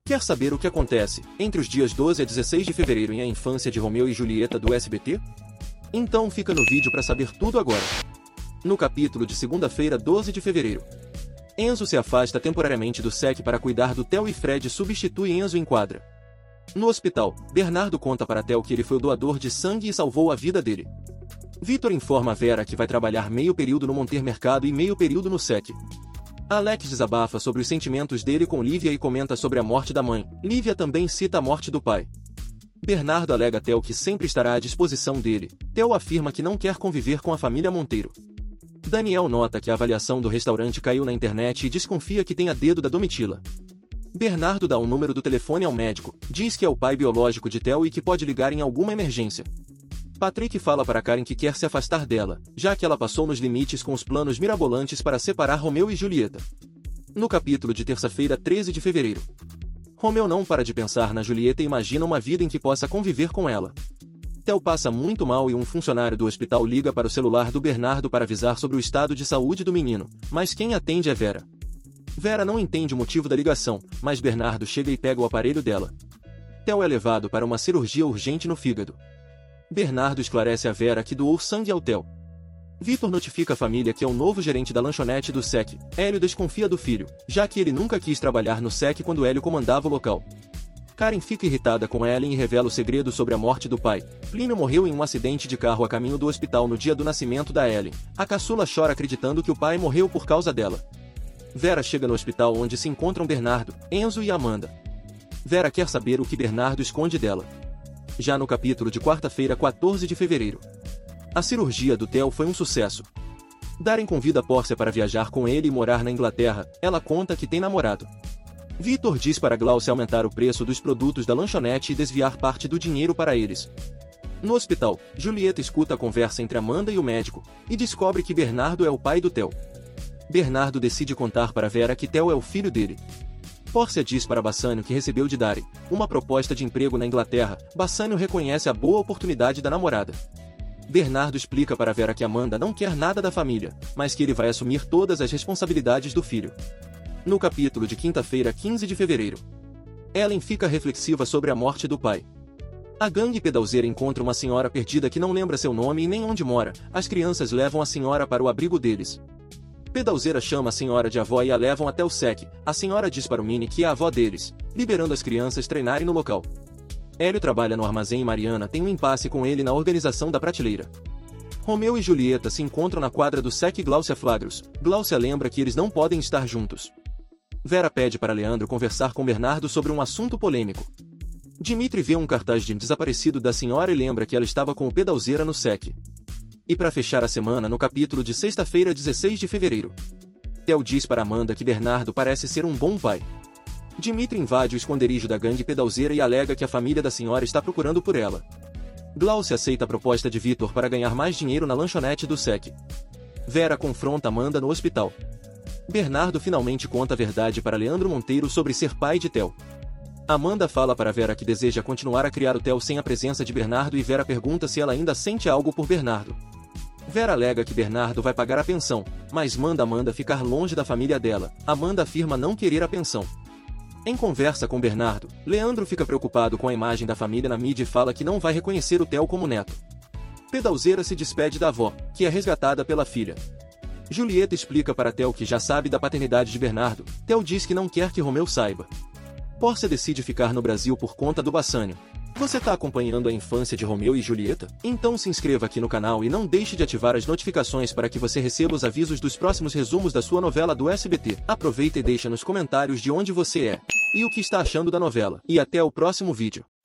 Quer saber o que acontece entre os dias 12 a 16 de fevereiro em A Infância de Romeu e Julieta do SBT? Então fica no vídeo para saber tudo agora. No capítulo de segunda-feira, 12 de fevereiro. Enzo se afasta temporariamente do SEC para cuidar do Theo e Fred substitui Enzo em quadra. No hospital, Bernardo conta para Theo que ele foi o doador de sangue e salvou a vida dele. Vitor informa a Vera que vai trabalhar meio período no Monter Mercado e meio período no SEC. Alex desabafa sobre os sentimentos dele com Lívia e comenta sobre a morte da mãe. Lívia também cita a morte do pai. Bernardo alega a Theo que sempre estará à disposição dele. Theo afirma que não quer conviver com a família Monteiro. Daniel nota que a avaliação do restaurante caiu na internet e desconfia que tenha dedo da Domitila. Bernardo dá um número do telefone ao médico, diz que é o pai biológico de Theo e que pode ligar em alguma emergência. Patrick fala para Karen que quer se afastar dela, já que ela passou nos limites com os planos mirabolantes para separar Romeu e Julieta. No capítulo de terça-feira, 13 de fevereiro. Romeu não para de pensar na Julieta e imagina uma vida em que possa conviver com ela. Theo passa muito mal e um funcionário do hospital liga para o celular do Bernardo para avisar sobre o estado de saúde do menino, mas quem atende é Vera. Vera não entende o motivo da ligação, mas Bernardo chega e pega o aparelho dela. Theo é levado para uma cirurgia urgente no fígado. Bernardo esclarece a Vera que doou sangue ao Theo. Vitor notifica a família que é o novo gerente da lanchonete do SEC. Hélio desconfia do filho, já que ele nunca quis trabalhar no SEC quando Hélio comandava o local. Karen fica irritada com Ellen e revela o segredo sobre a morte do pai. Plínio morreu em um acidente de carro a caminho do hospital no dia do nascimento da Ellen. A caçula chora acreditando que o pai morreu por causa dela. Vera chega no hospital onde se encontram Bernardo, Enzo e Amanda. Vera quer saber o que Bernardo esconde dela. Já no capítulo de quarta-feira, 14 de fevereiro. A cirurgia do Theo foi um sucesso. Darren convida Pórcia para viajar com ele e morar na Inglaterra. Ela conta que tem namorado. Vitor diz para Glaucia aumentar o preço dos produtos da lanchonete e desviar parte do dinheiro para eles. No hospital, Julieta escuta a conversa entre Amanda e o médico, e descobre que Bernardo é o pai do Theo. Bernardo decide contar para Vera que Theo é o filho dele. Pórcia diz para Bassânio que recebeu de Darren uma proposta de emprego na Inglaterra. Bassânio reconhece a boa oportunidade da namorada. Bernardo explica para Vera que Amanda não quer nada da família, mas que ele vai assumir todas as responsabilidades do filho. No capítulo de quinta-feira, 15 de fevereiro. Ellen fica reflexiva sobre a morte do pai. A gangue pedalzeira encontra uma senhora perdida que não lembra seu nome e nem onde mora. As crianças levam a senhora para o abrigo deles. Pedalzeira chama a senhora de avó e a levam até o SEC. A senhora diz para o Mini que é a avó deles, liberando as crianças treinarem no local. Hélio trabalha no armazém e Mariana tem um impasse com ele na organização da prateleira. Romeu e Julieta se encontram na quadra do SEC e Glaucia flagra-os. Glaucia lembra que eles não podem estar juntos. Vera pede para Leandro conversar com Bernardo sobre um assunto polêmico. Dimitri vê um cartaz de desaparecido da senhora e lembra que ela estava com o Pedalzeira no SEC. E para fechar a semana no capítulo de sexta-feira, 16 de fevereiro. Theo diz para Amanda que Bernardo parece ser um bom pai. Dimitri invade o esconderijo da gangue pedalzeira e alega que a família da senhora está procurando por ela. Glaucia aceita a proposta de Vitor para ganhar mais dinheiro na lanchonete do SEC. Vera confronta Amanda no hospital. Bernardo finalmente conta a verdade para Leandro Monteiro sobre ser pai de Theo. Amanda fala para Vera que deseja continuar a criar o Theo sem a presença de Bernardo e Vera pergunta se ela ainda sente algo por Bernardo. Vera alega que Bernardo vai pagar a pensão, mas manda Amanda ficar longe da família dela. Amanda afirma não querer a pensão. Em conversa com Bernardo, Leandro fica preocupado com a imagem da família na mídia e fala que não vai reconhecer o Theo como neto. Pedalzeira se despede da avó, que é resgatada pela filha. Julieta explica para Theo que já sabe da paternidade de Bernardo. Theo diz que não quer que Romeu saiba. Pórcia decide ficar no Brasil por conta do Bassânio. Você está acompanhando a infância de Romeu e Julieta? Então se inscreva aqui no canal e não deixe de ativar as notificações para que você receba os avisos dos próximos resumos da sua novela do SBT. Aproveita e deixa nos comentários de onde você é e o que está achando da novela. E até o próximo vídeo.